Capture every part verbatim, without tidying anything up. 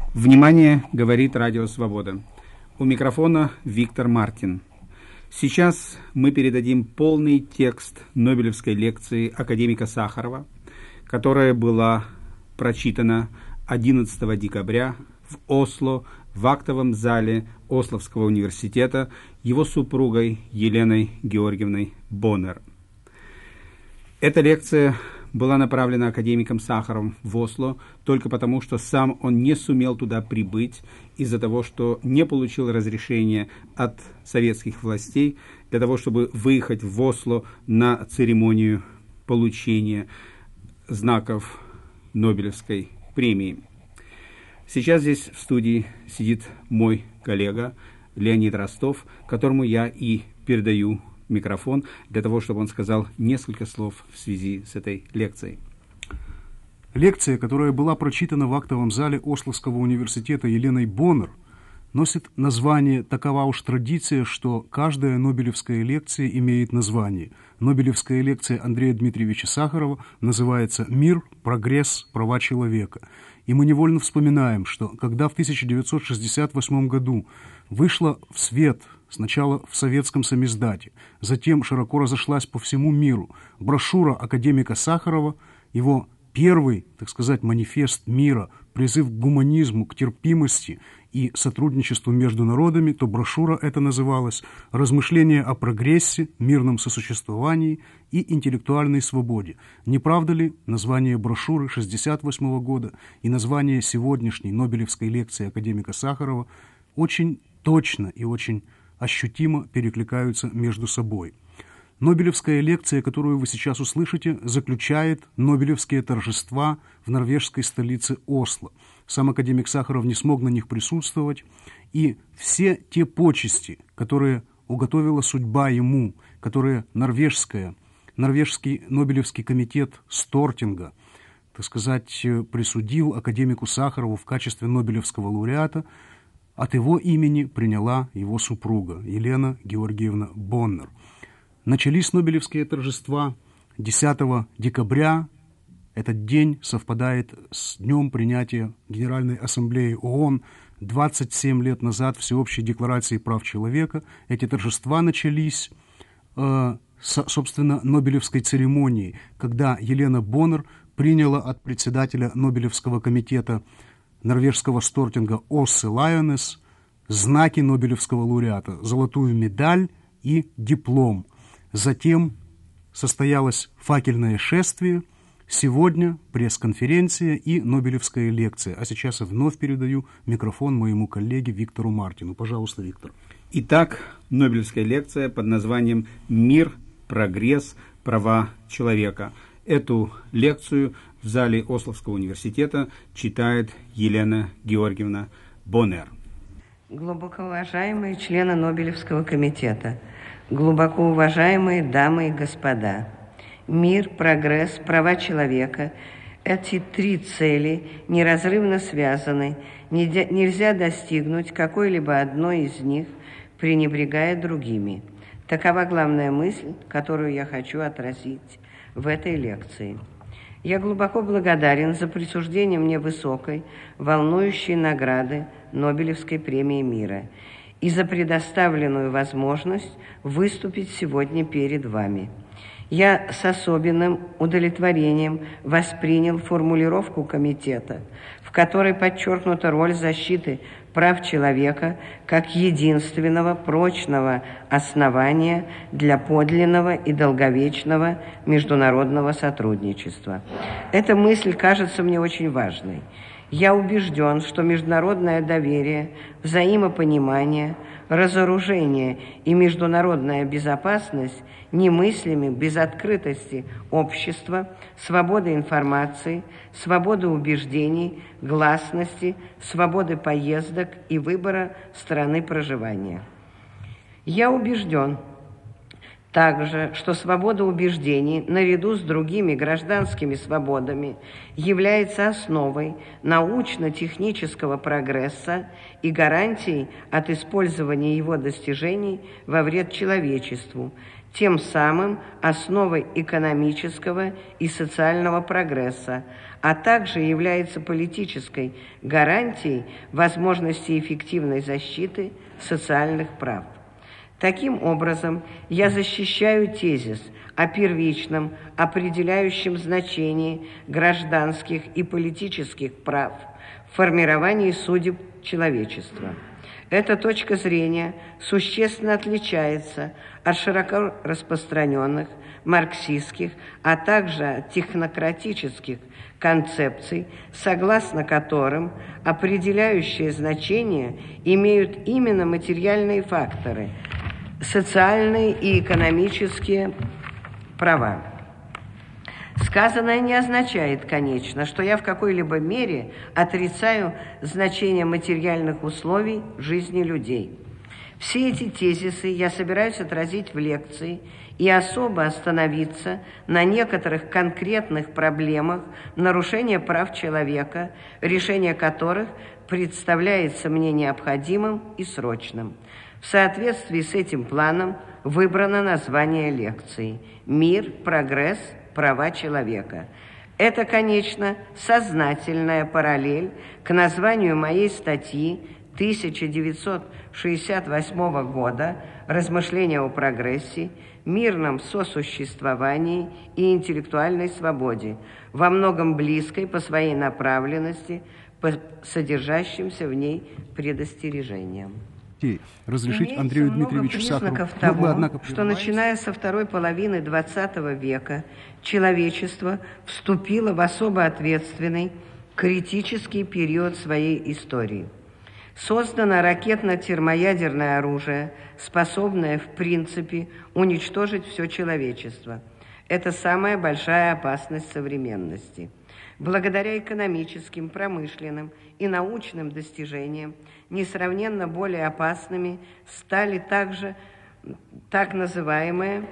Внимание, говорит Радио Свобода. У микрофона Виктор Мартин. Сейчас мы передадим полный текст Нобелевской лекции академика Сахарова, которая была прочитана одиннадцатого декабря в Осло в актовом зале Ословского университета его супругой Еленой Георгиевной Боннер. Эта лекция была направлена академиком Сахаровым в Осло только потому, что сам он не сумел туда прибыть из-за того, что не получил разрешения от советских властей для того, чтобы выехать в Осло на церемонию получения знаков Нобелевской премии. Сейчас здесь в студии сидит мой коллега Леонид Ростов, которому я и передаю микрофон для того, чтобы он сказал несколько слов в связи с этой лекцией. Лекция, которая была прочитана в актовом зале Ословского университета Еленой Боннер, носит название, такова уж традиция, что каждая Нобелевская лекция имеет название. Нобелевская лекция Андрея Дмитриевича Сахарова называется «Мир, прогресс, права человека». И мы невольно вспоминаем, что когда в тысяча девятьсот шестьдесят восьмом году вышла в свет, сначала в советском самиздате, затем широко разошлась по всему миру брошюра академика Сахарова, его первый, так сказать, манифест мира, призыв к гуманизму, к терпимости и сотрудничеству между народами, то брошюра эта называлась «Размышления о прогрессе, мирном сосуществовании и интеллектуальной свободе». Не правда ли название брошюры шестьдесят восьмого года и название сегодняшней Нобелевской лекции академика Сахарова очень точно и очень ощутимо перекликаются между собой? Нобелевская лекция, которую вы сейчас услышите, заключает Нобелевские торжества в норвежской столице Осло. Сам академик Сахаров не смог на них присутствовать, и все те почести, которые уготовила судьба ему, которые норвежская, норвежский Нобелевский комитет Стортинга, так сказать, присудил академику Сахарову в качестве Нобелевского лауреата, от его имени приняла его супруга Елена Георгиевна Боннер. Начались Нобелевские торжества десятого декабря. Этот день совпадает с днем принятия Генеральной Ассамблеи ООН двадцать семь лет назад Всеобщей декларации прав человека. Эти торжества начались, э, с, собственно, Нобелевской церемонии, когда Елена Боннер приняла от председателя Нобелевского комитета норвежского Стортинга Оссы Лайонес знаки Нобелевского лауреата, золотую медаль и диплом. Затем состоялось факельное шествие, сегодня пресс-конференция и Нобелевская лекция. А сейчас я вновь передаю микрофон моему коллеге Виктору Мартину. Пожалуйста, Виктор. Итак, Нобелевская лекция под названием «Мир, прогресс, права человека». Эту лекцию в зале Ословского университета читает Елена Георгиевна Боннер. Глубоко уважаемые члены Нобелевского комитета, глубоко уважаемые дамы и господа, мир, прогресс, права человека – эти три цели неразрывно связаны, нельзя достигнуть какой-либо одной из них, пренебрегая другими. Такова главная мысль, которую я хочу отразить в этой лекции. Я глубоко благодарен за присуждение мне высокой, волнующей награды Нобелевской премии мира и за предоставленную возможность выступить сегодня перед вами. Я с особенным удовлетворением воспринял формулировку комитета, в которой подчеркнута роль защиты прав человека как единственного прочного основания для подлинного и долговечного международного сотрудничества. Эта мысль кажется мне очень важной. Я убежден, что международное доверие, взаимопонимание, разоружение и международная безопасность немыслимы без открытости общества, свободы информации, свободы убеждений, гласности, свободы поездок и выбора страны проживания. Я убежден также, что свобода убеждений, наряду с другими гражданскими свободами, является основой научно-технического прогресса и гарантией от использования его достижений во вред человечеству, тем самым основой экономического и социального прогресса, а также является политической гарантией возможности эффективной защиты социальных прав. Таким образом, я защищаю тезис о первичном, определяющем значении гражданских и политических прав в формировании судеб человечества. Эта точка зрения существенно отличается от широко распространенных марксистских, а также технократических концепций, согласно которым определяющее значение имеют именно материальные факторы, социальные и экономические права. Сказанное не означает, конечно, что я в какой-либо мере отрицаю значение материальных условий жизни людей. Все эти тезисы я собираюсь отразить в лекции и особо остановиться на некоторых конкретных проблемах нарушения прав человека, решение которых представляется мне необходимым и срочным. В соответствии с этим планом выбрано название лекции «Мир, прогресс, права человека». Это, конечно, сознательная параллель к названию моей статьи тысяча девятьсот шестьдесят восьмого года «Размышления о прогрессе, мирном сосуществовании и интеллектуальной свободе», во многом близкой по своей направленности, по содержащимся в ней предостережениям. Разрешить Андрею Дмитриевичу Сахарову, того, мы, однако, что начиная со второй половины двадцатого века человечество вступило в особо ответственный критический период своей истории. Создано ракетно-термоядерное оружие, способное в принципе уничтожить все человечество. Это самая большая опасность современности. Благодаря экономическим, промышленным и научным достижениям несравненно более опасными стали также так называемые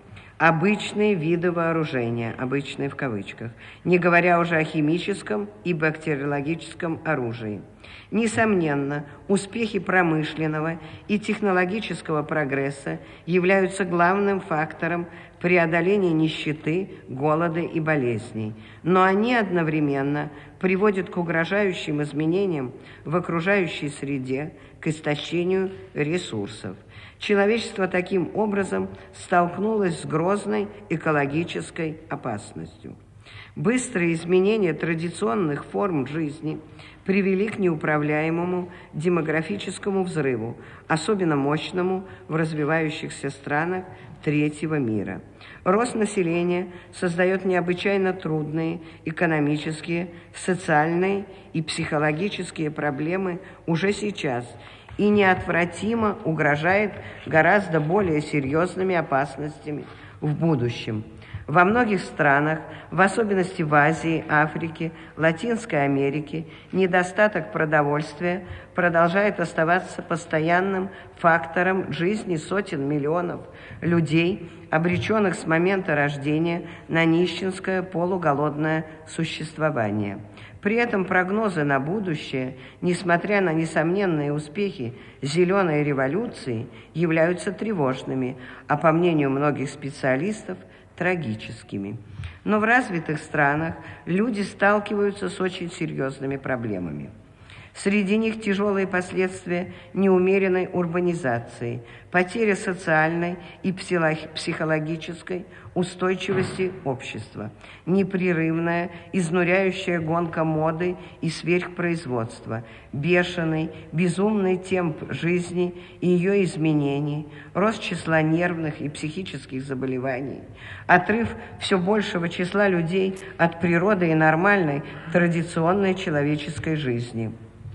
обычные виды вооружения, обычные в кавычках, не говоря уже о химическом и бактериологическом оружии. Несомненно, успехи промышленного и технологического прогресса являются главным фактором преодоления нищеты, голода и болезней, но они одновременно приводят к угрожающим изменениям в окружающей среде, к истощению ресурсов. Человечество таким образом столкнулось с грозной экологической опасностью. Быстрые изменения традиционных форм жизни привели к неуправляемому демографическому взрыву, особенно мощному в развивающихся странах третьего мира. Рост населения создает необычайно трудные экономические, социальные и психологические проблемы уже сейчас и неотвратимо угрожает гораздо более серьезными опасностями в будущем. Во многих странах, в особенности в Азии, Африке, Латинской Америке, недостаток продовольствия продолжает оставаться постоянным фактором жизни сотен миллионов людей, обреченных с момента рождения на нищенское полуголодное существование. При этом прогнозы на будущее, несмотря на несомненные успехи зеленой революции, являются тревожными, а по мнению многих специалистов, трагическими. Но в развитых странах люди сталкиваются с очень серьезными проблемами. Среди них тяжелые последствия неумеренной урбанизации, потеря социальной и психологической устойчивости общества, непрерывная, изнуряющая гонка моды и сверхпроизводства, бешеный, безумный темп жизни и ее изменений, рост числа нервных и психических заболеваний, отрыв все большего числа людей от природы и нормальной, традиционной человеческой жизни,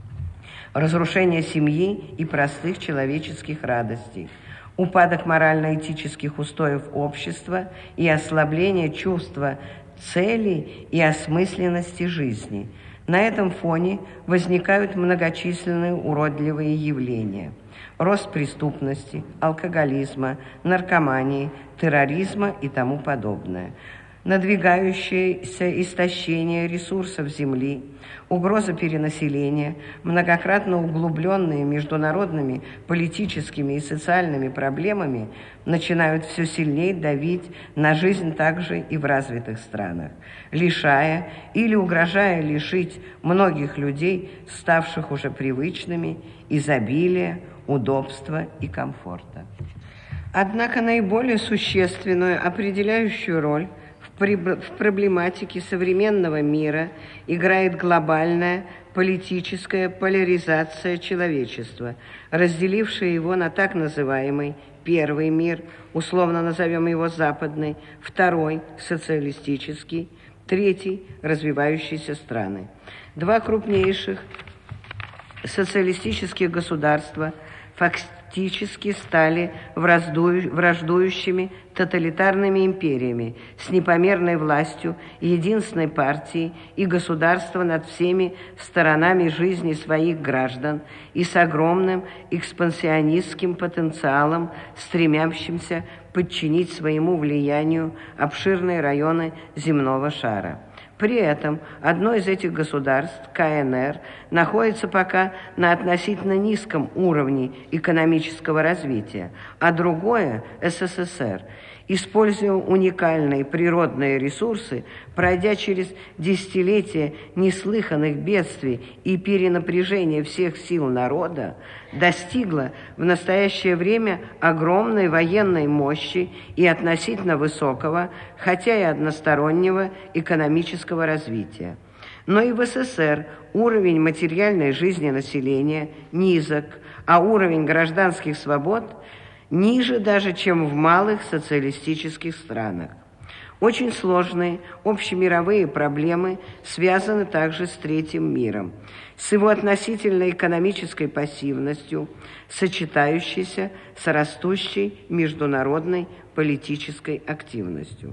разрушение семьи и простых человеческих радостей, упадок морально-этических устоев общества и ослабление чувства цели и осмысленности жизни. На этом фоне возникают многочисленные уродливые явления: рост преступности, алкоголизма, наркомании, терроризма и тому подобное. надвигающееся истощение ресурсов Земли, угроза перенаселения, многократно углубленные международными политическими и социальными проблемами, начинают все сильнее давить на жизнь также и в развитых странах, лишая или угрожая лишить многих людей, ставших уже привычными, изобилия, удобства и комфорта. Однако наиболее существенную определяющую роль в проблематике современного мира играет глобальная политическая поляризация человечества, разделившая его на так называемый первый мир, условно назовем его западный, второй – социалистический, третий – развивающиеся страны. Два крупнейших социалистических государства фактически стали враждующими тоталитарными империями с непомерной властью единственной партии и государства над всеми сторонами жизни своих граждан и с огромным экспансионистским потенциалом, стремящимся подчинить своему влиянию обширные районы земного шара. При этом одно из этих государств, ка эн эр, находится пока на относительно низком уровне экономического развития, а другое, эс эс эс эр, используя уникальные природные ресурсы, пройдя через десятилетия неслыханных бедствий и перенапряжения всех сил народа, достигла в настоящее время огромной военной мощи и относительно высокого, хотя и одностороннего экономического развития. Но и в эс эс эр уровень материальной жизни населения низок, а уровень гражданских свобод ниже даже, чем в малых социалистических странах. Очень сложные общемировые проблемы связаны также с третьим миром, с его относительной экономической пассивностью, сочетающейся с растущей международной политической активностью.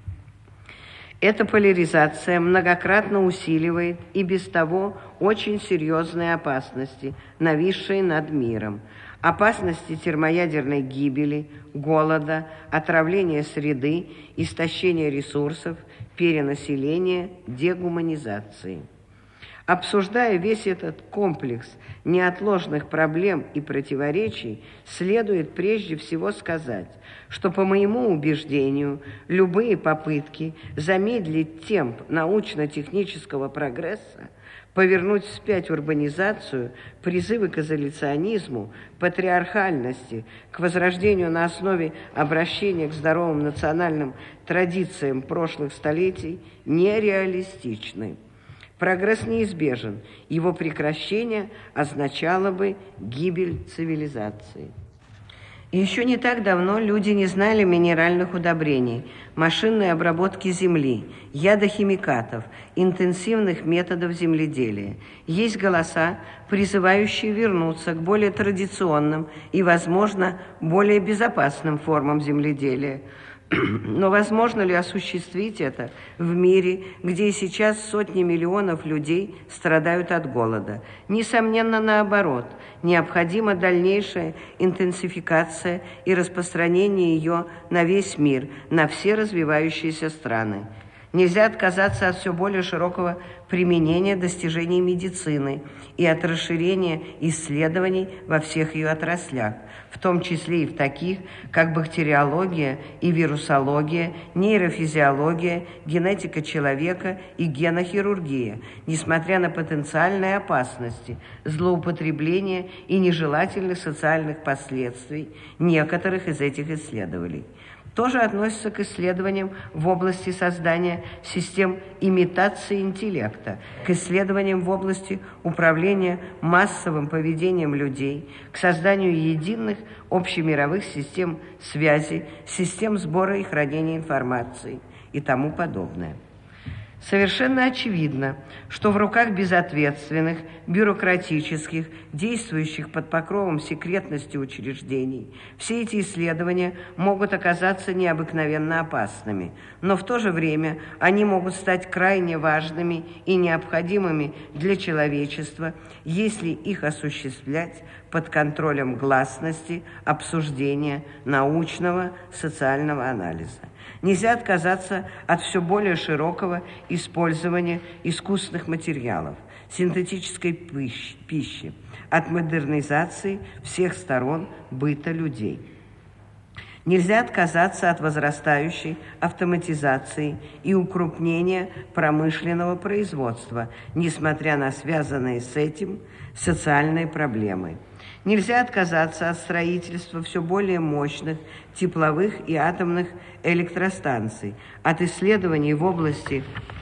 Эта поляризация многократно усиливает и без того очень серьезные опасности, нависшие над миром. Опасности термоядерной гибели, голода, отравления среды, истощения ресурсов, перенаселения, дегуманизации. Обсуждая весь этот комплекс неотложных проблем и противоречий, следует прежде всего сказать, что, по моему убеждению, любые попытки замедлить темп научно-технического прогресса, повернуть вспять урбанизацию, призывы к изоляционизму, патриархальности, к возрождению на основе обращения к здоровым национальным традициям прошлых столетий нереалистичны. Прогресс неизбежен, его прекращение означало бы гибель цивилизации. Еще не так давно люди не знали минеральных удобрений, машинной обработки земли, ядохимикатов, интенсивных методов земледелия. Есть голоса, призывающие вернуться к более традиционным и, возможно, более безопасным формам земледелия. Но возможно ли осуществить это в мире, где и сейчас сотни миллионов людей страдают от голода? Несомненно, наоборот, необходима дальнейшая интенсификация и распространение ее на весь мир, на все развивающиеся страны. Нельзя отказаться от все более широкого применения достижений медицины и от расширения исследований во всех ее отраслях, в том числе и в таких, как бактериология и вирусология, нейрофизиология, генетика человека и генохирургия, несмотря на потенциальные опасности, злоупотребления и нежелательных социальных последствий некоторых из этих исследований. Тоже относится к исследованиям в области создания систем имитации интеллекта, к исследованиям в области управления массовым поведением людей, к созданию единых общемировых систем связи, систем сбора и хранения информации и тому подобное. Совершенно очевидно, что в руках безответственных, бюрократических, действующих под покровом секретности учреждений все эти исследования могут оказаться необыкновенно опасными, но в то же время они могут стать крайне важными и необходимыми для человечества, если их осуществлять под контролем гласности, обсуждения, научного, социального анализа. Нельзя отказаться от все более широкого использования искусственных материалов, синтетической пищи, от модернизации всех сторон быта людей. Нельзя отказаться от возрастающей автоматизации и укрупнения промышленного производства, несмотря на связанные с этим социальные проблемы. Нельзя отказаться от строительства все более мощных тепловых и атомных электростанций, от исследований в области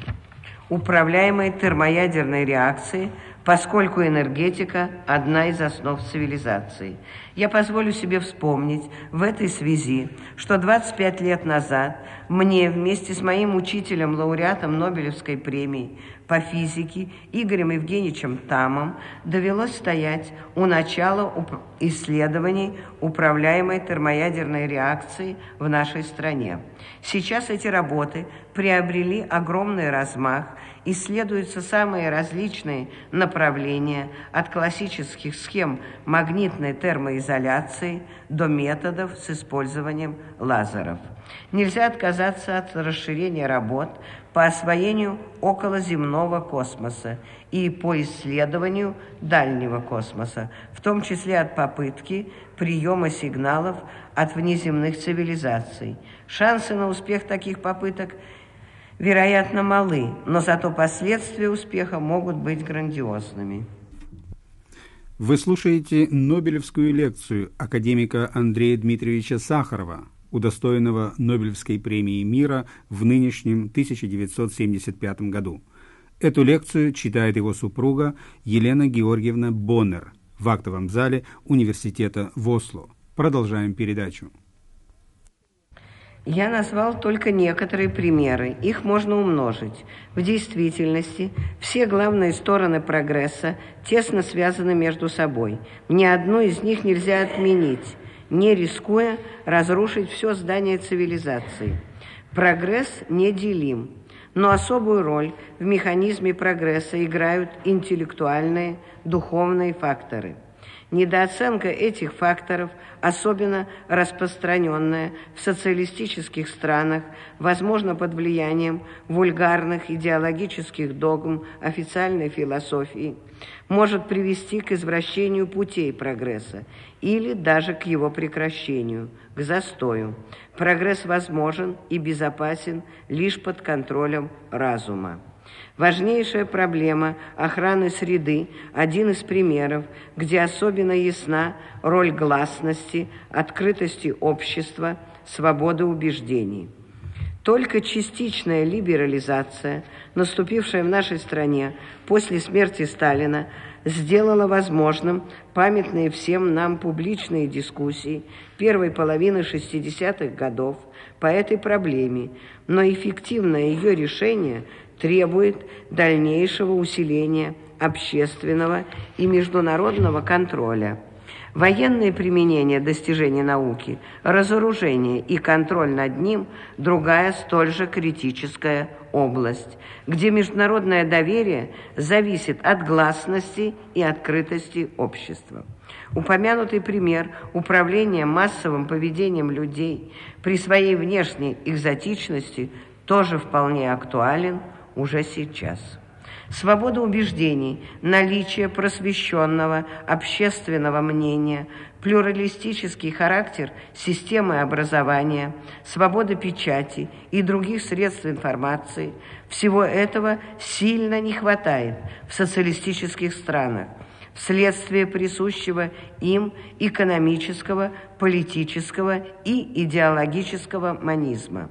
управляемой термоядерной реакции, поскольку энергетика – одна из основ цивилизации. Я позволю себе вспомнить в этой связи, что двадцать пять лет назад мне вместе с моим учителем, лауреатом Нобелевской премии по физике Игорем Евгеньевичем Таммом довелось стоять у начала исследований управляемой термоядерной реакции в нашей стране. Сейчас эти работы приобрели огромный размах, исследуются самые различные направления, от классических схем магнитной термоизоляции до методов с использованием лазеров. Нельзя отказаться от расширения работ по освоению околоземного космоса и по исследованию дальнего космоса, в том числе от попытки приема сигналов от внеземных цивилизаций. Шансы на успех таких попыток, вероятно, малы, но зато последствия успеха могут быть грандиозными. Вы слушаете Нобелевскую лекцию академика Андрея Дмитриевича Сахарова, удостоенного Нобелевской премии мира в нынешнем тысяча девятьсот семьдесят пятом году. Эту лекцию читает его супруга Елена Георгиевна Боннер в актовом зале университета в Осло. Продолжаем передачу. Я назвал только некоторые примеры, их можно умножить. В действительности все главные стороны прогресса тесно связаны между собой. Ни одну из них нельзя отменить, не рискуя разрушить все здание цивилизации. Прогресс неделим, но особую роль в механизме прогресса играют интеллектуальные, духовные факторы. Недооценка этих факторов, особенно распространенная в социалистических странах, возможно, под влиянием вульгарных идеологических догм официальной философии, может привести к извращению путей прогресса или даже к его прекращению, к застою. Прогресс возможен и безопасен лишь под контролем разума. Важнейшая проблема охраны среды – один из примеров, где особенно ясна роль гласности, открытости общества, свободы убеждений. Только частичная либерализация, наступившая в нашей стране после смерти Сталина, сделала возможным памятные всем нам публичные дискуссии первой половины шестидесятых годов по этой проблеме, но эффективное ее решение требует дальнейшего усиления общественного и международного контроля. Военное применение достижений науки, разоружение и контроль над ним – другая столь же критическая область, где международное доверие зависит от гласности и открытости общества. Упомянутый пример управления массовым поведением людей при своей внешней экзотичности тоже вполне актуален уже сейчас. Свобода убеждений, наличие просвещенного общественного мнения, плюралистический характер системы образования, свобода печати и других средств информации – всего этого сильно не хватает в социалистических странах вследствие присущего им экономического, политического и идеологического монизма.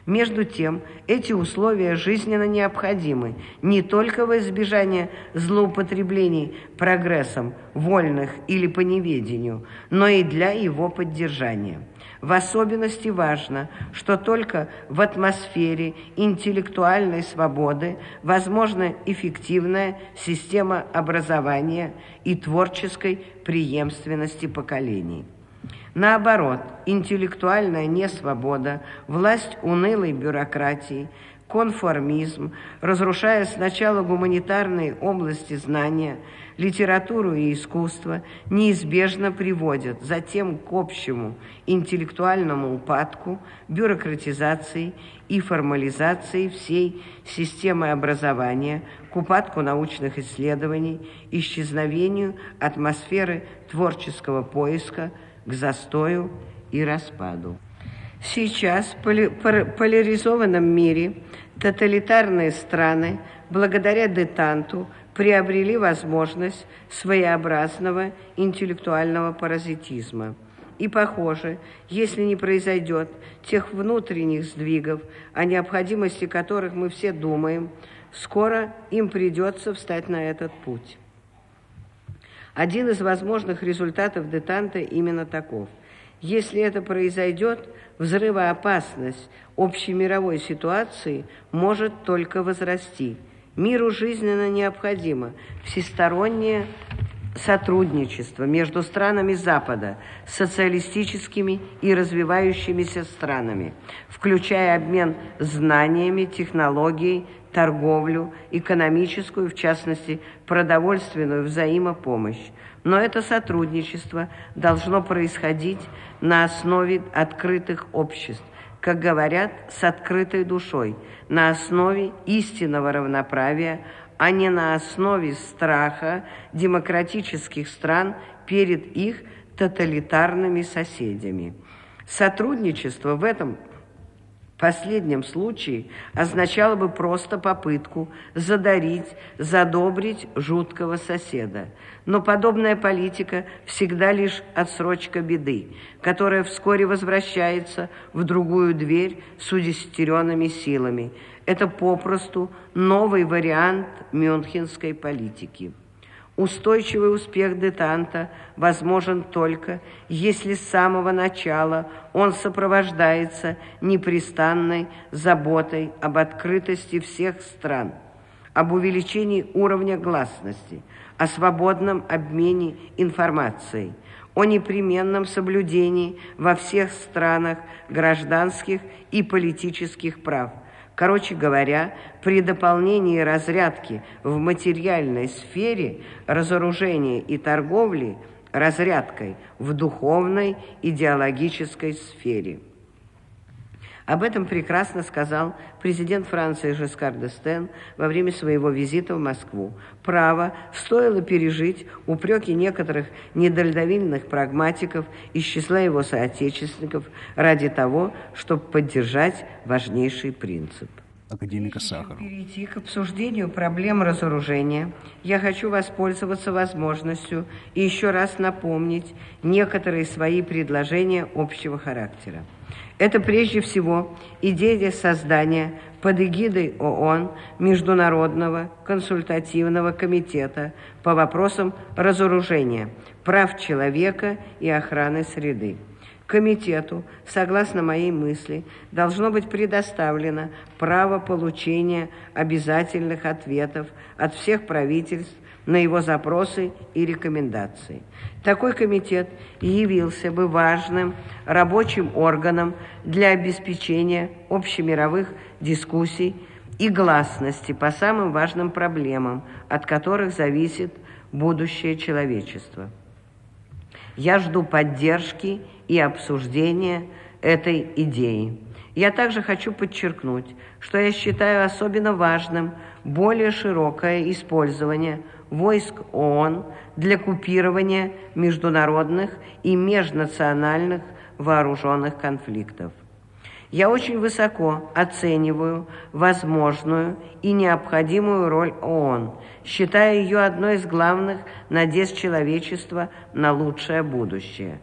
Между тем, эти условия жизненно необходимы не только во избежание злоупотреблений прогрессом вольных или по неведению, но и для его поддержания. В особенности важно, что только в атмосфере интеллектуальной свободы возможна эффективная система образования и творческой преемственности поколений. Наоборот, интеллектуальная несвобода, власть унылой бюрократии, конформизм, разрушая сначала гуманитарные области знания, литературу и искусство, неизбежно приводят затем к общему интеллектуальному упадку, бюрократизации и формализации всей системы образования, к упадку научных исследований, исчезновению атмосферы творческого поиска, к застою и распаду. Сейчас в поли- поляризованном мире тоталитарные страны, благодаря детанту, приобрели возможность своеобразного интеллектуального паразитизма. И, похоже, если не произойдет тех внутренних сдвигов, о необходимости которых мы все думаем, скоро им придется встать на этот путь. Один из возможных результатов детанта именно таков. Если это произойдет, взрывоопасность общемировой ситуации может только возрасти. Миру жизненно необходимо всестороннее сотрудничество между странами Запада, социалистическими и развивающимися странами, включая обмен знаниями, технологией, торговлю, экономическую, в частности, продовольственную взаимопомощь. Но это сотрудничество должно происходить на основе открытых обществ, как говорят, с открытой душой, на основе истинного равноправия, а не на основе страха демократических стран перед их тоталитарными соседями. Сотрудничество в этом В последнем случае означало бы просто попытку задарить, задобрить жуткого соседа. Но подобная политика всегда лишь отсрочка беды, которая вскоре возвращается в другую дверь с удесятеренными силами. Это попросту новый вариант мюнхенской политики. Устойчивый успех детанта возможен только, если с самого начала он сопровождается непрестанной заботой об открытости всех стран, об увеличении уровня гласности, о свободном обмене информацией, о непременном соблюдении во всех странах гражданских и политических прав. Короче говоря, при дополнении разрядки в материальной сфере, разоружения и торговли, разрядкой в духовной, идеологической сфере. Об этом прекрасно сказал президент Франции Жискар д'Эстен во время своего визита в Москву. Право, стоило пережить упреки некоторых недальновидных прагматиков из числа его соотечественников ради того, чтобы поддержать важнейший принцип. Академика Сахарова. Перейти к обсуждению проблем разоружения, я хочу воспользоваться возможностью и еще раз напомнить некоторые свои предложения общего характера. Это прежде всего идея создания под эгидой ООН Международного консультативного комитета по вопросам разоружения, прав человека и охраны среды. Комитету, согласно моей мысли, должно быть предоставлено право получения обязательных ответов от всех правительств на его запросы и рекомендации. Такой комитет явился бы важным рабочим органом для обеспечения общемировых дискуссий и гласности по самым важным проблемам, от которых зависит будущее человечества. Я жду поддержки и обсуждения этой идеи. Я также хочу подчеркнуть, что я считаю особенно важным более широкое использование войск ООН для купирования международных и межнациональных вооруженных конфликтов. Я очень высоко оцениваю возможную и необходимую роль ООН, считая ее одной из главных надежд человечества на лучшее будущее.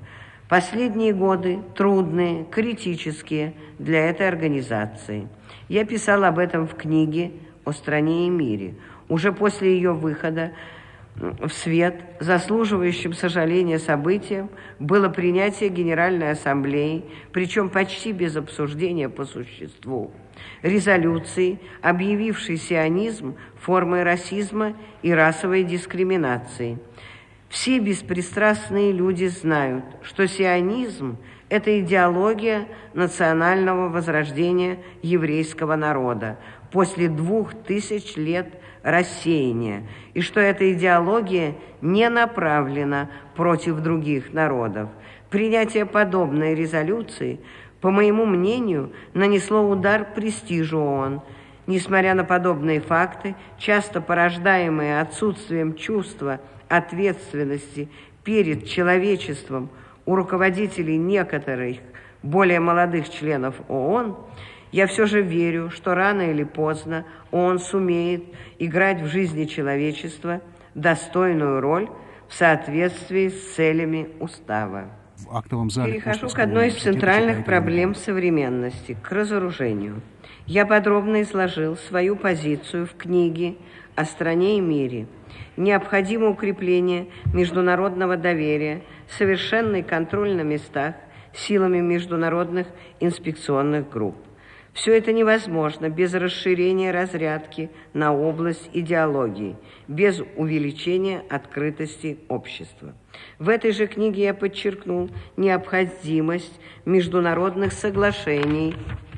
Последние годы трудные, критические для этой организации. Я писал об этом в книге «О стране и мире». Уже после ее выхода в свет заслуживающим сожаления событием было принятие Генеральной Ассамблеи, причем почти без обсуждения по существу, резолюции, объявившей сионизм формой расизма и расовой дискриминации. Все беспристрастные люди знают, что сионизм – это идеология национального возрождения еврейского народа после двух тысяч лет рассеяния, и что эта идеология не направлена против других народов. Принятие подобной резолюции, по моему мнению, нанесло удар престижу ООН. Несмотря на подобные факты, часто порождаемые отсутствием чувства ответственности перед человечеством у руководителей некоторых более молодых членов ООН, я все же верю, что рано или поздно ООН сумеет играть в жизни человечества достойную роль в соответствии с целями устава. В актовом зале Перехожу к одной из центральных проблем современности, к разоружению. Я подробно изложил свою позицию в книге «О стране и мире». Необходимо укрепление международного доверия, совершенный контроль на местах силами международных инспекционных групп. Все это невозможно без расширения разрядки на область идеологии, без увеличения открытости общества. В этой же книге я подчеркнул необходимость международных соглашений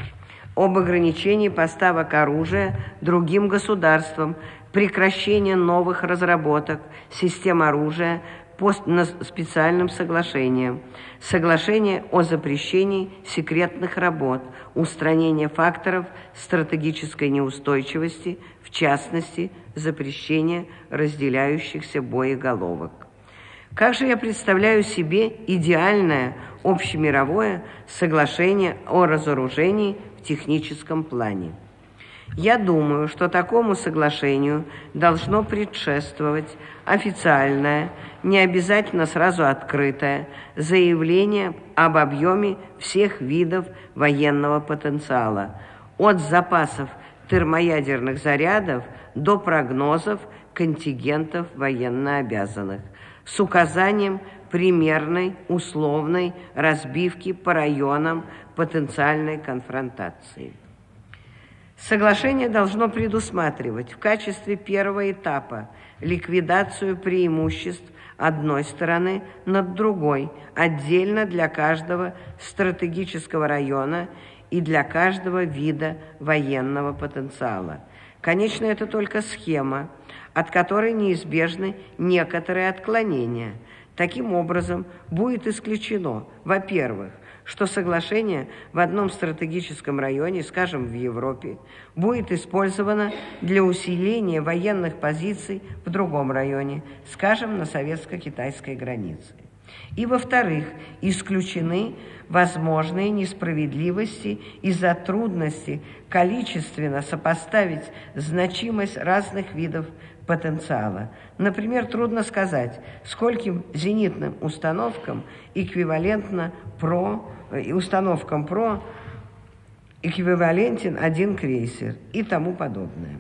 об ограничении поставок оружия другим государствам, прекращение новых разработок систем оружия по специальным соглашениям, соглашение о запрещении секретных работ, устранение факторов стратегической неустойчивости, в частности, запрещение разделяющихся боеголовок. Как же я представляю себе идеальное общемировое соглашение о разоружении в техническом плане? Я думаю, что такому соглашению должно предшествовать официальное, не обязательно сразу открытое, заявление об объеме всех видов военного потенциала, от запасов термоядерных зарядов до прогнозов контингентов военнообязанных, с указанием примерной условной разбивки по районам потенциальной конфронтации. Соглашение должно предусматривать в качестве первого этапа ликвидацию преимуществ одной стороны над другой, отдельно для каждого стратегического района и для каждого вида военного потенциала. Конечно, это только схема, от которой неизбежны некоторые отклонения. Таким образом, будет исключено, во-первых, что соглашение в одном стратегическом районе, скажем, в Европе, будет использовано для усиления военных позиций в другом районе, скажем, на советско-китайской границе. И, во-вторых, исключены возможные несправедливости из-за трудности количественно сопоставить значимость разных видов потенциала. Например, трудно сказать, скольким зенитным установкам эквивалентно ПРО, установкам ПРО эквивалентен один крейсер и тому подобное.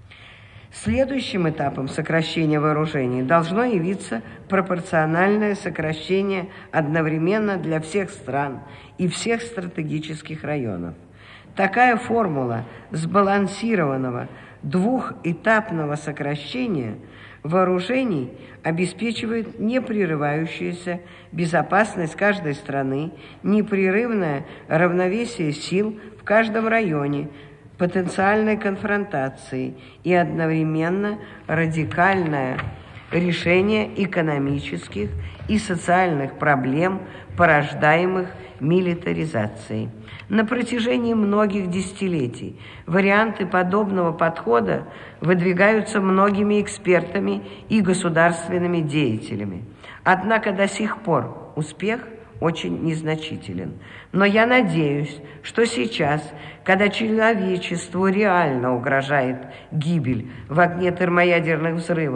Следующим этапом сокращения вооружений должно явиться пропорциональное сокращение одновременно для всех стран и всех стратегических районов. Такая формула сбалансированного двухэтапного сокращения вооружений обеспечивает непрерывающуюся безопасность каждой страны, непрерывное равновесие сил в каждом районе, потенциальной конфронтации и одновременно радикальное решение экономических и социальных проблем, порождаемых милитаризацией. На протяжении многих десятилетий варианты подобного подхода выдвигаются многими экспертами и государственными деятелями. Однако до сих пор успех очень незначителен. Но я надеюсь, что сейчас, когда человечеству реально угрожает гибель в огне термоядерных взрывов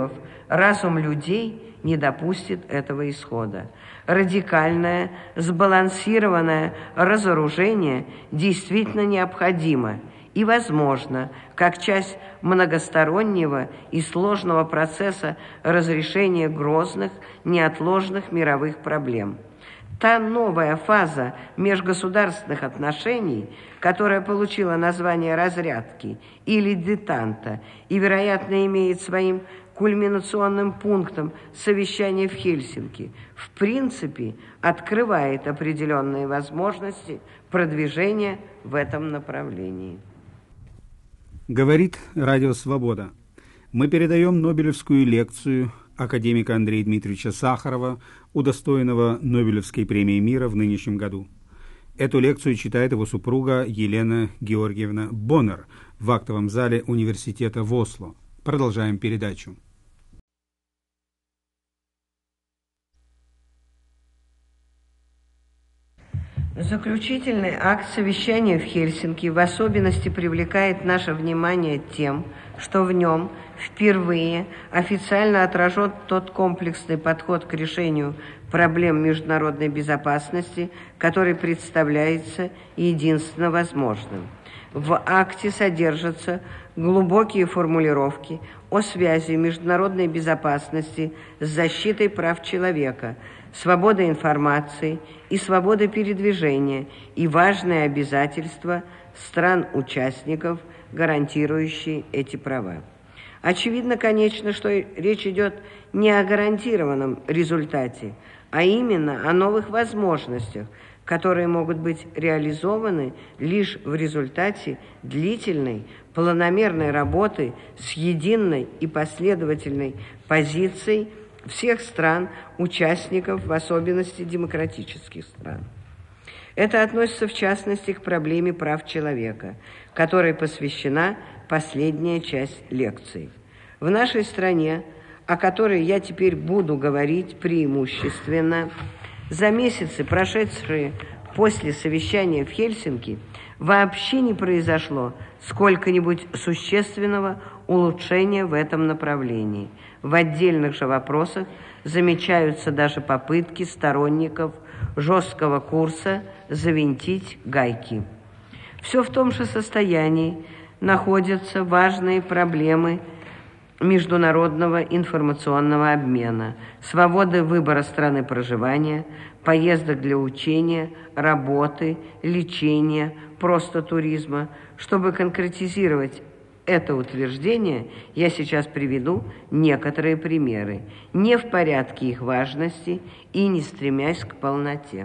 разум людей не допустит этого исхода. Радикальное, сбалансированное разоружение действительно необходимо и возможно, как часть многостороннего и сложного процесса разрешения грозных, неотложных мировых проблем. Та новая фаза межгосударственных отношений, которая получила название разрядки или детанта и, вероятно, имеет своим кульминационным пунктом совещание в Хельсинки, в принципе, открывает определенные возможности продвижения в этом направлении. Говорит Радио Свобода. Мы передаем Нобелевскую лекцию академика Андрея Дмитриевича Сахарова, удостоенного Нобелевской премии мира в нынешнем году. Эту лекцию читает его супруга Елена Георгиевна Боннер в актовом зале университета в Осло. Продолжаем передачу. Заключительный акт совещания в Хельсинки в особенности привлекает наше внимание тем, что в нем впервые официально отражен тот комплексный подход к решению проблем международной безопасности, который представляется единственно возможным. В акте содержатся глубокие формулировки о связи международной безопасности с защитой прав человека, свободой информации и свободой передвижения и важные обязательства стран-участников, гарантирующие эти права. Очевидно, конечно, что речь идет не о гарантированном результате, а именно о новых возможностях, которые могут быть реализованы лишь в результате длительной, планомерной работы с единой и последовательной позицией всех стран, участников, в особенности демократических стран. Это относится в частности к проблеме прав человека, которой посвящена последняя часть лекции. В нашей стране, о которой я теперь буду говорить преимущественно, за месяцы, прошедшие после совещания в Хельсинки, вообще не произошло сколько-нибудь существенного улучшения в этом направлении. В отдельных же вопросах замечаются даже попытки сторонников жесткого курса завинтить гайки. Все в том же состоянии находятся важные проблемы международного информационного обмена, свободы выбора страны проживания, поездок для учения, работы, лечения, просто туризма. Чтобы конкретизировать это утверждение, я сейчас приведу некоторые примеры, не в порядке их важности и не стремясь к полноте.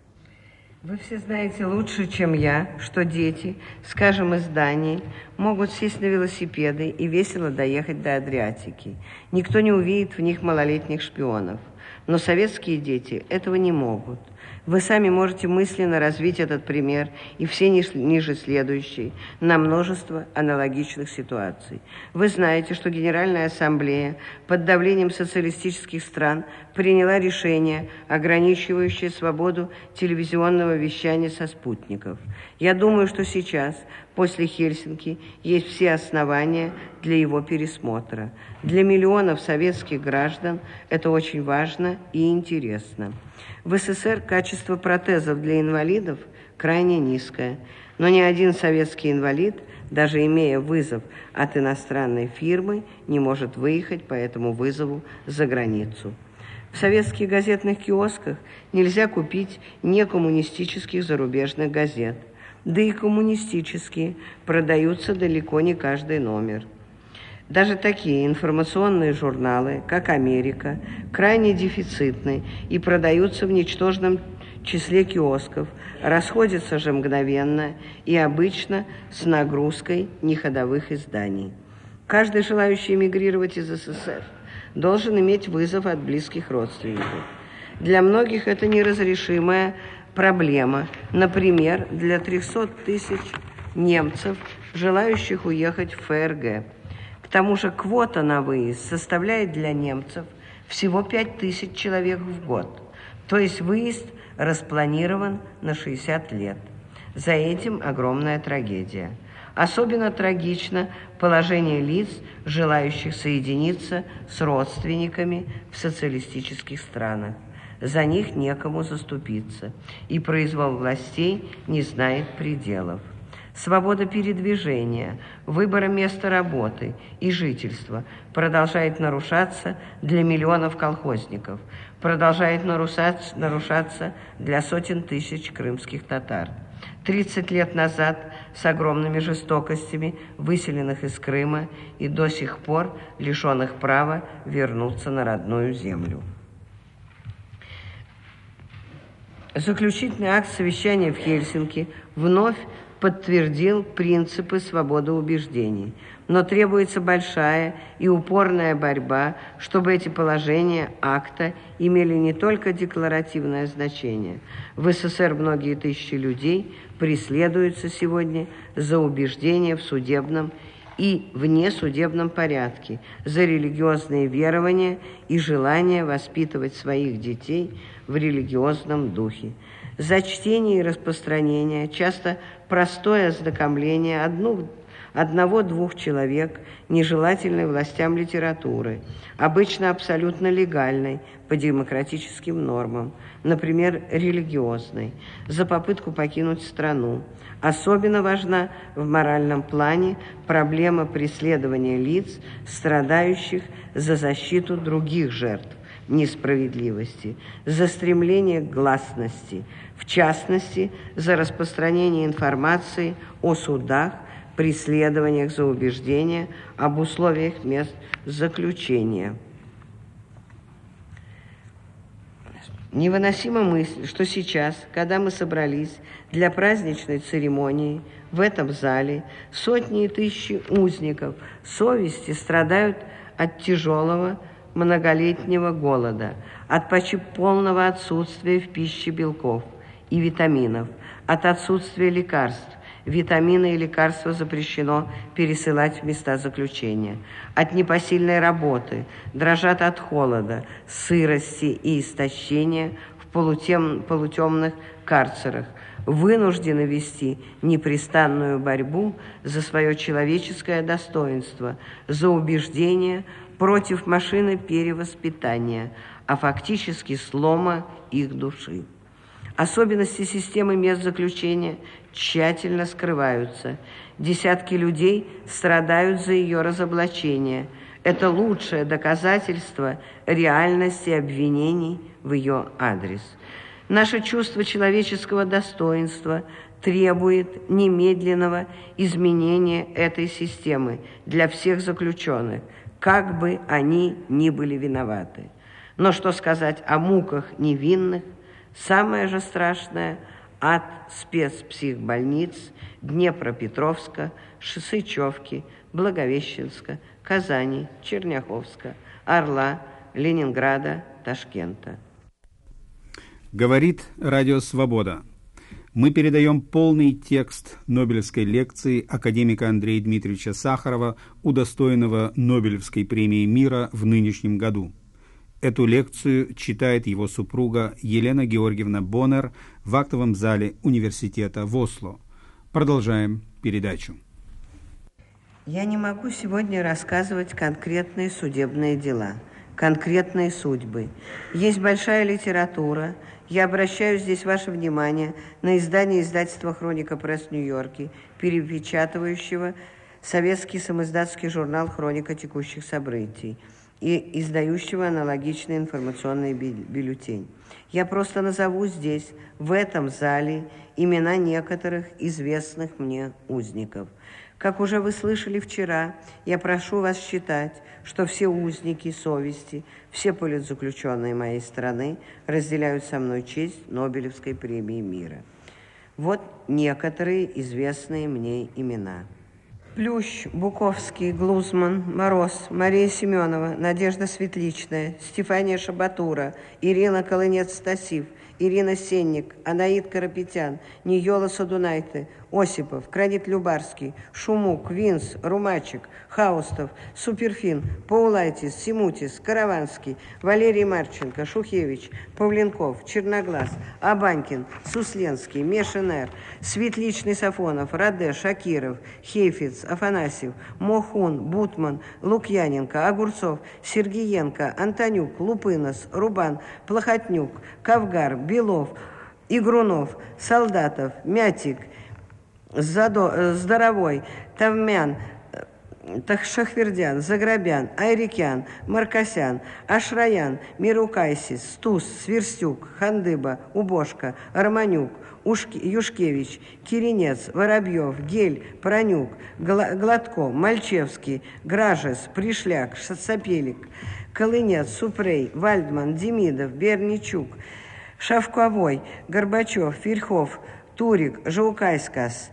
Вы все знаете лучше, чем я, что дети, скажем, из Дании, могут сесть на велосипеды и весело доехать до Адриатики. Никто не увидит в них малолетних шпионов. Но советские дети этого не могут. Вы сами можете мысленно развить этот пример и все ниже следующие на множество аналогичных ситуаций. Вы знаете, что Генеральная Ассамблея под давлением социалистических стран приняла решение, ограничивающее свободу телевизионного вещания со спутников. Я думаю, что сейчас, после Хельсинки, есть все основания для его пересмотра. Для миллионов советских граждан это очень важно и интересно. В СССР качество протезов для инвалидов крайне низкое, но ни один советский инвалид, даже имея вызов от иностранной фирмы, не может выехать по этому вызову за границу. В советских газетных киосках нельзя купить некоммунистических зарубежных газет, да и коммунистические продаются далеко не каждый номер. Даже такие информационные журналы, как «Америка», крайне дефицитны и продаются в ничтожном числе киосков, расходятся же мгновенно и обычно с нагрузкой неходовых изданий. Каждый желающий эмигрировать из СССР должен иметь вызов от близких родственников. Для многих это неразрешимая проблема. Например, для трехсот тысяч немцев, желающих уехать в ФРГ. К тому же квота на выезд составляет для немцев всего пять тысяч человек в год. То есть выезд распланирован на шестьдесят лет. За этим огромная трагедия. Особенно трагично положение лиц, желающих соединиться с родственниками в социалистических странах. За них некому заступиться, и произвол властей не знает пределов. Свобода передвижения, выбора места работы и жительства продолжает нарушаться для миллионов колхозников, продолжает нарушаться, нарушаться для сотен тысяч крымских татар. тридцать лет назад с огромными жестокостями выселенных из Крыма и до сих пор лишенных права вернуться на родную землю. Заключительный акт совещания в Хельсинки вновь подтвердил принципы свободы убеждений, но требуется большая и упорная борьба, чтобы эти положения акта имели не только декларативное значение. В СССР многие тысячи людей преследуются сегодня за убеждения в судебном и внесудебном порядке, за религиозные верования и желание воспитывать своих детей в религиозном духе. За чтение и распространение, часто простое ознакомление одну, одного-двух человек, нежелательной властям литературы, обычно абсолютно легальной по демократическим нормам, например, религиозной, за попытку покинуть страну. Особенно важна в моральном плане проблема преследования лиц, страдающих за защиту других жертв несправедливости, за стремление к гласности, в частности, за распространение информации о судах, преследованиях за убеждения, об условиях мест заключения. Невыносима мысль, что сейчас, когда мы собрались для праздничной церемонии в этом зале, сотни и тысячи узников совести страдают от тяжелого многолетнего голода, от почти полного отсутствия в пище белков и витаминов, от отсутствия лекарств. Витамины и лекарства запрещено пересылать в места заключения. От непосильной работы, дрожат от холода, сырости и истощения в полутем, полутемных карцерах, вынуждены вести непрестанную борьбу за свое человеческое достоинство, за убеждения против машины перевоспитания, а фактически слома их души. Особенности системы мест заключения тщательно скрываются. Десятки людей страдают за ее разоблачение. Это лучшее доказательство реальности обвинений в ее адрес. Наше чувство человеческого достоинства требует немедленного изменения этой системы для всех заключенных, как бы они ни были виноваты. Но что сказать о муках невинных? Самое же страшное – ад спецпсихбольниц Днепропетровска, Сычевки, Благовещенска, Казани, Черняховска, Орла, Ленинграда, Ташкента. Говорит Радио Свобода. Мы передаем полный текст Нобелевской лекции академика Андрея Дмитриевича Сахарова, удостоенного Нобелевской премии мира в нынешнем году. Эту лекцию читает его супруга Елена Георгиевна Боннер в актовом зале университета в Осло. Продолжаем передачу. Я не могу сегодня рассказывать конкретные судебные дела, конкретные судьбы. Есть большая литература. Я обращаю здесь ваше внимание на издание издательства «Хроника Пресс» в Нью-Йорке, перепечатывающего советский самоиздатский журнал «Хроника текущих событий» и издающего аналогичный информационный бюллетень. Я просто назову здесь, в этом зале, имена некоторых известных мне узников. Как уже вы слышали вчера, я прошу вас считать, что все узники совести, все политзаключенные моей страны разделяют со мной честь Нобелевской премии мира. Вот некоторые известные мне имена. Плющ, Буковский, Глузман, Мороз, Мария Семенова, Надежда Светличная, Стефания Шабатура, Ирина Колынец-Стасив, Ирина Сенник, Анаид Карапетян, Ниола Садунайте, Осипов, Кранит Любарский, Шумук, Винс, Румачек, Хаустов, Суперфин, Паулайтис, Симутис, Караванский, Валерий Марченко, Шухевич, Павленков, Черноглаз, Абанькин, Сусленский, Мешенер, Светличный Сафонов, Раде, Шакиров, Хейфиц, Афанасьев, Мохун, Бутман, Лукьяненко, Огурцов, Сергиенко, Антонюк, Лупынос, Рубан, Плохотнюк, Кавгар, Белов, Игрунов, Солдатов, Мятик, Задо, Здоровой, Тавмян, Шахвердян, Заграбян, Айрикян, Маркосян, Ашраян, Мирукайсис, Стус, Сверстюк, Хандыба, Убошка, Романюк, Ушки, Юшкевич, Киринец, Воробьев, Гель, Пронюк, Гладко, Мальчевский, Гражес, Пришляк, Сапелик, Колынец, Супрей, Вальдман, Демидов, Берничук, Шавковой, Горбачев, Ферхов, Турик, Жаукайскас,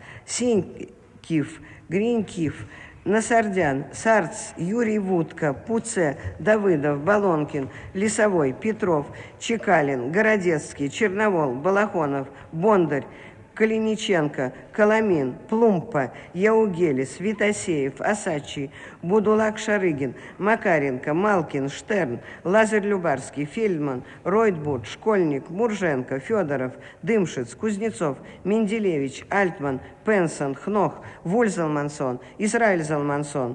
Сенькив, Гринькив, Насардян, Сарц, Юрий Вудка, Пуце, Давыдов, Балонкин, Лисовой, Петров, Чекалин, Городецкий, Черновол, Балахонов, Бондарь, Калиниченко, Коломин, Плумпа, Яугелис, Витасеев, Осадчий, Будулак Шарыгин, Макаренко, Малкин, Штерн, Лазарь Любарский, Фельдман, Ройтбуд, Школьник, Мурженко, Федоров, Дымшиц, Кузнецов, Менделевич, Альтман, Пенсон, Хнох, Вульзалмансон, Израиль Залмансон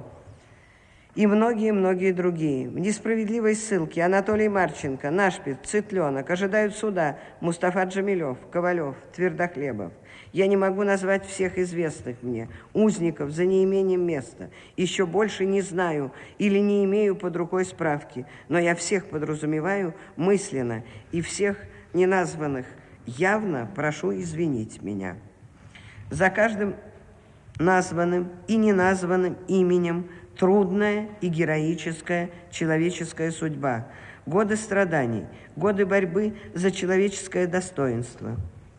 и многие-многие другие. В несправедливой ссылке Анатолий Марченко, Нашпиц, Цытленок ожидают суда Мустафа Джамилев, Ковалев, Твердохлебов. Я не могу назвать всех известных мне узников за неимением места. Еще больше не знаю или не имею под рукой справки, но я всех подразумеваю мысленно и всех неназванных явно прошу извинить меня. За каждым названным и неназванным именем трудная и героическая человеческая судьба, годы страданий, годы борьбы за человеческое достоинство.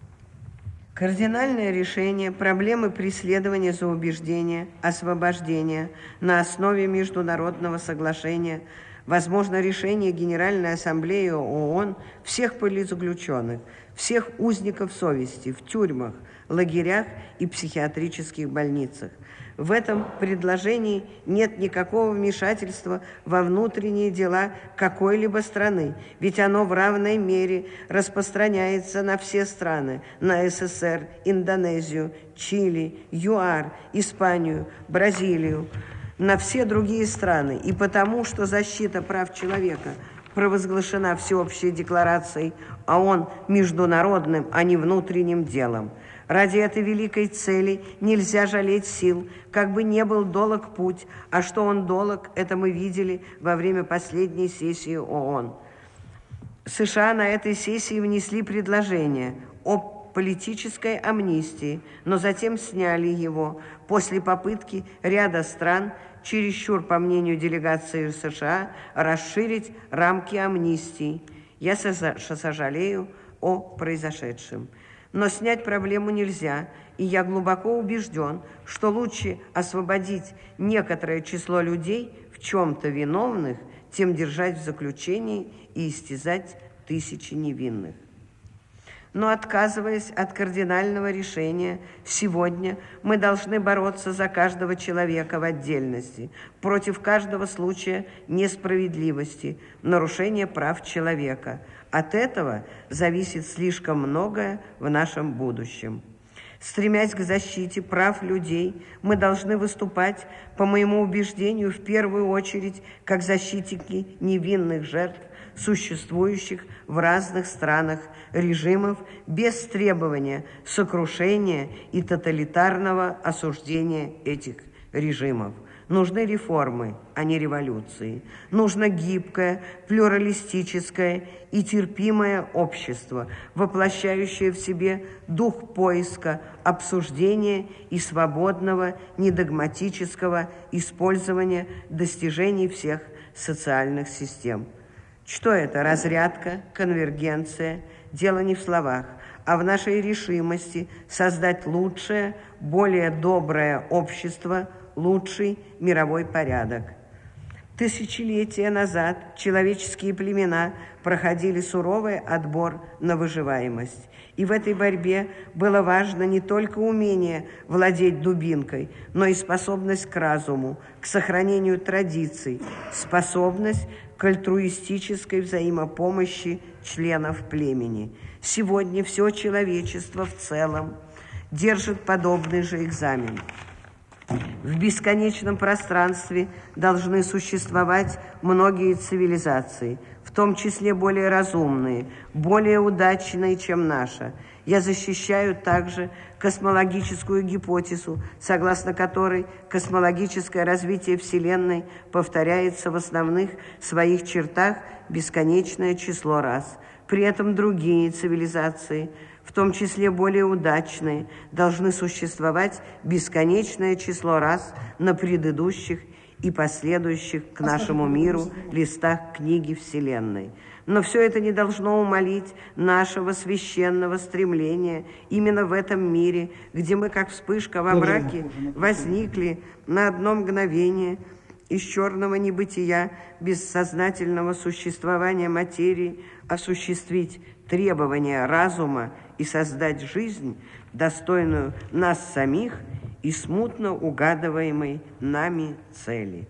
Кардинальное решение проблемы преследования за убеждения, освобождения на основе международного соглашения, возможно, решение Генеральной Ассамблеи ООН всех политзаключенных, всех узников совести в тюрьмах, лагерях и психиатрических больницах. В этом предложении нет никакого вмешательства во внутренние дела какой-либо страны, ведь оно в равной мере распространяется на все страны, на СССР, Индонезию, Чили, ЮАР, Испанию, Бразилию, на все другие страны. И потому, что защита прав человека провозглашена Всеобщей декларацией ООН международным, а не внутренним делом. Ради этой великой цели нельзя жалеть сил, как бы не был долог путь, а что он долог, это мы видели во время последней сессии ООН. США на этой сессии внесли предложение о политической амнистии, но затем сняли его после попытки ряда стран, чересчур, по мнению делегации США, расширить рамки амнистии. Я сожалею о произошедшем. Но снять проблему нельзя, и я глубоко убежден, что лучше освободить некоторое число людей, в чем-то виновных, тем держать в заключении и истязать тысячи невинных. Но, отказываясь от кардинального решения, сегодня мы должны бороться за каждого человека в отдельности, против каждого случая несправедливости, нарушения прав человека. От этого зависит слишком многое в нашем будущем. Стремясь к защите прав людей, мы должны выступать, по моему убеждению, в первую очередь, как защитники невинных жертв, существующих в разных странах режимов без требования сокрушения и тоталитарного осуждения этих режимов. Нужны реформы, а не революции. Нужно гибкое, плюралистическое и терпимое общество, воплощающее в себе дух поиска, обсуждения и свободного, недогматического использования достижений всех социальных систем. Что это? Разрядка, конвергенция? Дело не в словах, а в нашей решимости создать лучшее, более доброе общество, лучший мировой порядок. Тысячелетия назад человеческие племена проходили суровый отбор на выживаемость. И в этой борьбе было важно не только умение владеть дубинкой, но и способность к разуму, к сохранению традиций, способность к альтруистической взаимопомощи членов племени. Сегодня все человечество в целом держит подобный же экзамен. В бесконечном пространстве должны существовать многие цивилизации, в том числе более разумные, более удачные, чем наша. Я защищаю также космологическую гипотезу, согласно которой космологическое развитие Вселенной повторяется в основных своих чертах бесконечное число раз. При этом другие цивилизации, в том числе более удачные, должны существовать бесконечное число раз на предыдущих и последующих к нашему миру листах книги Вселенной. Но все это не должно умалить нашего священного стремления именно в этом мире, где мы, как вспышка во мраке, возникли на одно мгновение из черного небытия бессознательного существования материи, осуществить требования разума и создать жизнь, достойную нас самих и смутно угадываемой нами цели.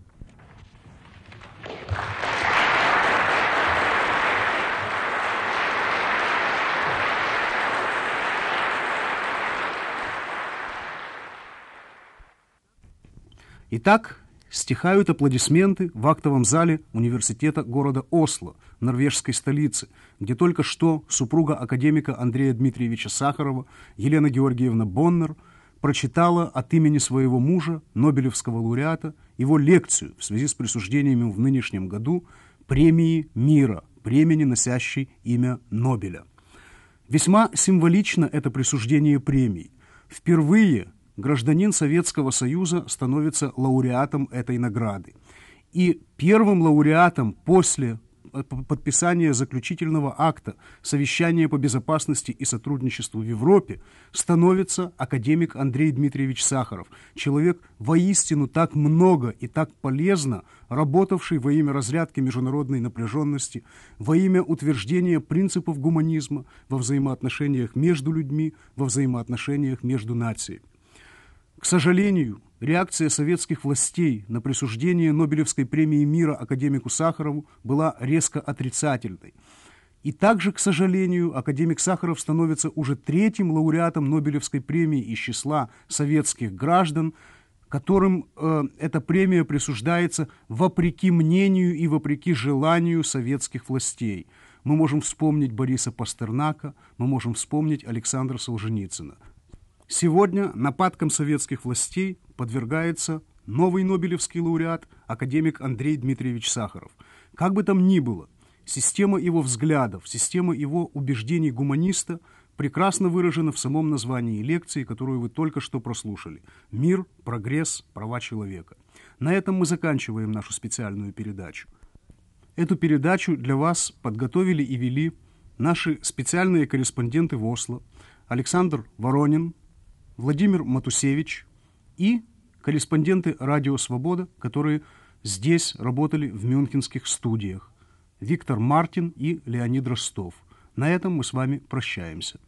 Итак, стихают аплодисменты в актовом зале университета города Осло, норвежской столицы, где только что супруга академика Андрея Дмитриевича Сахарова, Елена Георгиевна Боннер, прочитала от имени своего мужа, нобелевского лауреата, его лекцию в связи с присуждением в нынешнем году премии мира, премии, носящей имя Нобеля. Весьма символично это присуждение премий. Впервые гражданин Советского Союза становится лауреатом этой награды. И первым лауреатом после подписания заключительного акта совещания по безопасности и сотрудничеству в Европе становится академик Андрей Дмитриевич Сахаров, человек воистину так много и так полезно работавший во имя разрядки международной напряженности, во имя утверждения принципов гуманизма во взаимоотношениях между людьми, во взаимоотношениях между нациями. К сожалению, реакция советских властей на присуждение Нобелевской премии мира академику Сахарову была резко отрицательной. И также, к сожалению, академик Сахаров становится уже третьим лауреатом Нобелевской премии из числа советских граждан, которым э, эта премия присуждается вопреки мнению и вопреки желанию советских властей. Мы можем вспомнить Бориса Пастернака, мы можем вспомнить Александра Солженицына. Сегодня нападкам советских властей подвергается новый нобелевский лауреат, академик Андрей Дмитриевич Сахаров. Как бы там ни было, система его взглядов, система его убеждений гуманиста прекрасно выражена в самом названии лекции, которую вы только что прослушали. «Мир, прогресс, права человека». На этом мы заканчиваем нашу специальную передачу. Эту передачу для вас подготовили и вели наши специальные корреспонденты в Осло Александр Воронин, Владимир Матусевич и корреспонденты «Радио Свобода», которые здесь работали в мюнхенских студиях, Виктор Мартин и Леонид Ростов. На этом мы с вами прощаемся.